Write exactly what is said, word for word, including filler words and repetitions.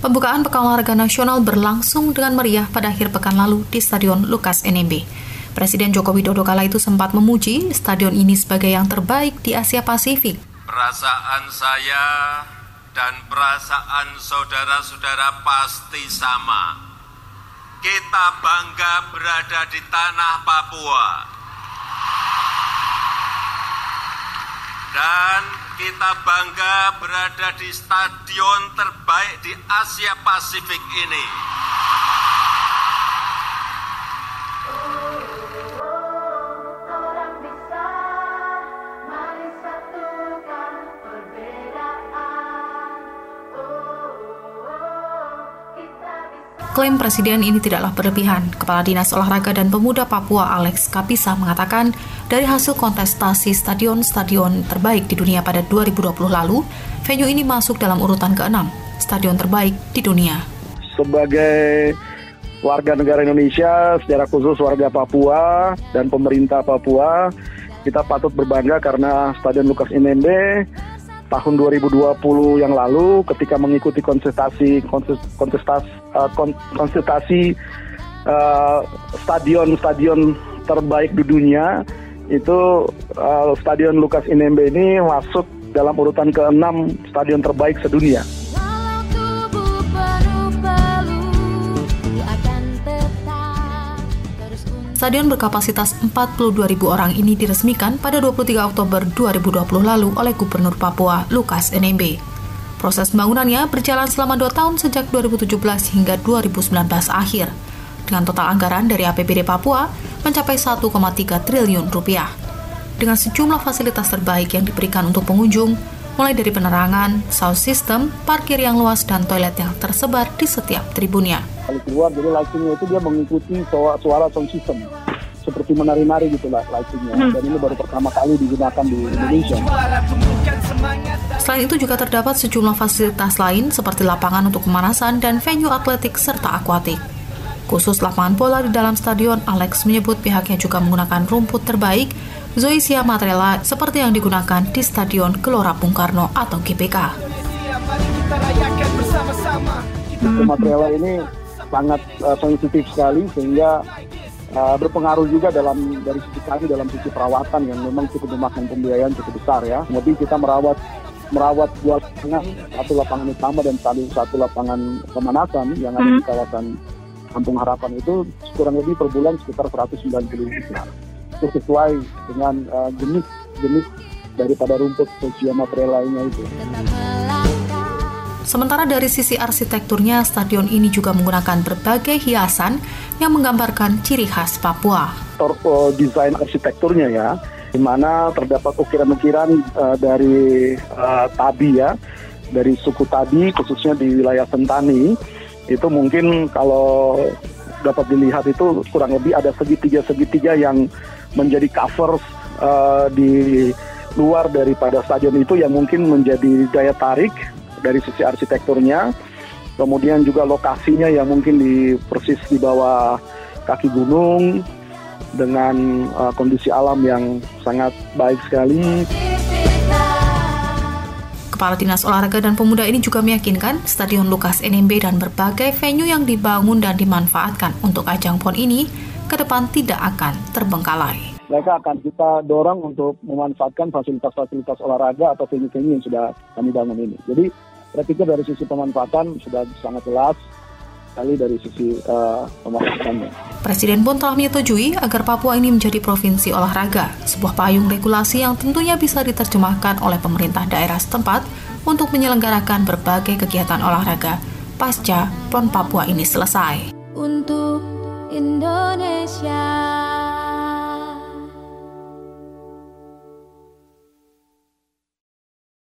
Pembukaan Pekan Olahraga Nasional berlangsung dengan meriah pada akhir pekan lalu di Stadion Lukas N M B. Presiden Joko Widodo kala itu sempat memuji stadion ini sebagai yang terbaik di Asia Pasifik. Perasaan saya dan perasaan saudara-saudara pasti sama. Kita bangga berada di tanah Papua. Dan kita bangga berada di stadion terbaik di Asia Pasifik ini. Klaim Presiden ini tidaklah berlebihan. Kepala Dinas Olahraga dan Pemuda Papua Alex Kapisa mengatakan, dari hasil kontestasi stadion-stadion terbaik di dunia pada dua ribu dua puluh lalu, venue ini masuk dalam urutan keenam stadion terbaik di dunia. Sebagai warga negara Indonesia, secara khusus warga Papua dan pemerintah Papua, kita patut berbangga karena Stadion Lukas N M B tahun dua ribu dua puluh yang lalu ketika mengikuti kontestasi kontestasi uh, kontestasi uh, stadion-stadion terbaik di dunia, itu uh, Stadion Lukas N M B ini masuk dalam urutan keenam stadion terbaik sedunia. Stadion berkapasitas empat puluh dua ribu orang ini diresmikan pada dua puluh tiga Oktober dua ribu dua puluh lalu oleh Gubernur Papua Lukas N M B. Proses pembangunannya berjalan selama dua tahun sejak dua ribu tujuh belas hingga dua ribu sembilan belas akhir, dengan total anggaran dari A P B D Papua mencapai satu koma tiga triliun rupiah. Dengan sejumlah fasilitas terbaik yang diberikan untuk pengunjung, mulai dari penerangan, sound system, parkir yang luas, dan toilet yang tersebar di setiap tribunnya. Kali keluar, jadi lightingnya itu dia mengikuti suara, suara sound system, seperti menari-nari gitu lah lightingnya. Hmm. Dan ini baru pertama kali digunakan di Indonesia. Selain itu juga terdapat sejumlah fasilitas lain seperti lapangan untuk pemanasan dan venue atletik serta akuatik. Khusus lapangan bola di dalam stadion, Alex menyebut pihaknya juga menggunakan rumput terbaik Zoysia Matrela seperti yang digunakan di Stadion Gelora Bung Karno atau G B K. Matrela ini sangat uh, sensitif sekali sehingga uh, berpengaruh juga dalam dari sisi kami dalam sisi perawatan yang memang cukup memakan pembiayaan cukup besar ya. Jadi kita merawat merawat dua lapangan, satu lapangan utama dan satu, satu lapangan pemanasan yang ada di kawasan Kampung Harapan itu kurang lebih per bulan sekitar seratus sembilan puluh juta. Itu sesuai dengan uh, jenis jenis daripada rumput Zoysia Matrela ini itu. Sementara dari sisi arsitekturnya, stadion ini juga menggunakan berbagai hiasan yang menggambarkan ciri khas Papua. Torpo desain arsitekturnya ya, di mana terdapat ukiran-ukiran uh, dari uh, Tabi ya, dari suku Tabi khususnya di wilayah Sentani. Itu mungkin kalau dapat dilihat itu kurang lebih ada segitiga-segitiga yang menjadi cover uh, di luar daripada stadion itu yang mungkin menjadi daya tarik dari sisi arsitekturnya. Kemudian juga lokasinya yang mungkin di persis di bawah kaki gunung dengan uh, kondisi alam yang sangat baik sekali. Kepala Dinas Olahraga dan Pemuda ini juga meyakinkan Stadion Lukas N M B dan berbagai venue yang dibangun dan dimanfaatkan untuk ajang P O N ini ke depan tidak akan terbengkalai. Mereka akan kita dorong untuk memanfaatkan fasilitas-fasilitas olahraga atau venue-venue yang sudah kami bangun ini. Jadi saya pikir dari sisi pemanfaatan sudah sangat jelas sekali dari sisi uh, pemanfaatannya. Presiden pun telah menyetujui agar Papua ini menjadi provinsi olahraga, sebuah payung regulasi yang tentunya bisa diterjemahkan oleh pemerintah daerah setempat untuk menyelenggarakan berbagai kegiatan olahraga pasca P O N Papua ini selesai. Untuk Indonesia.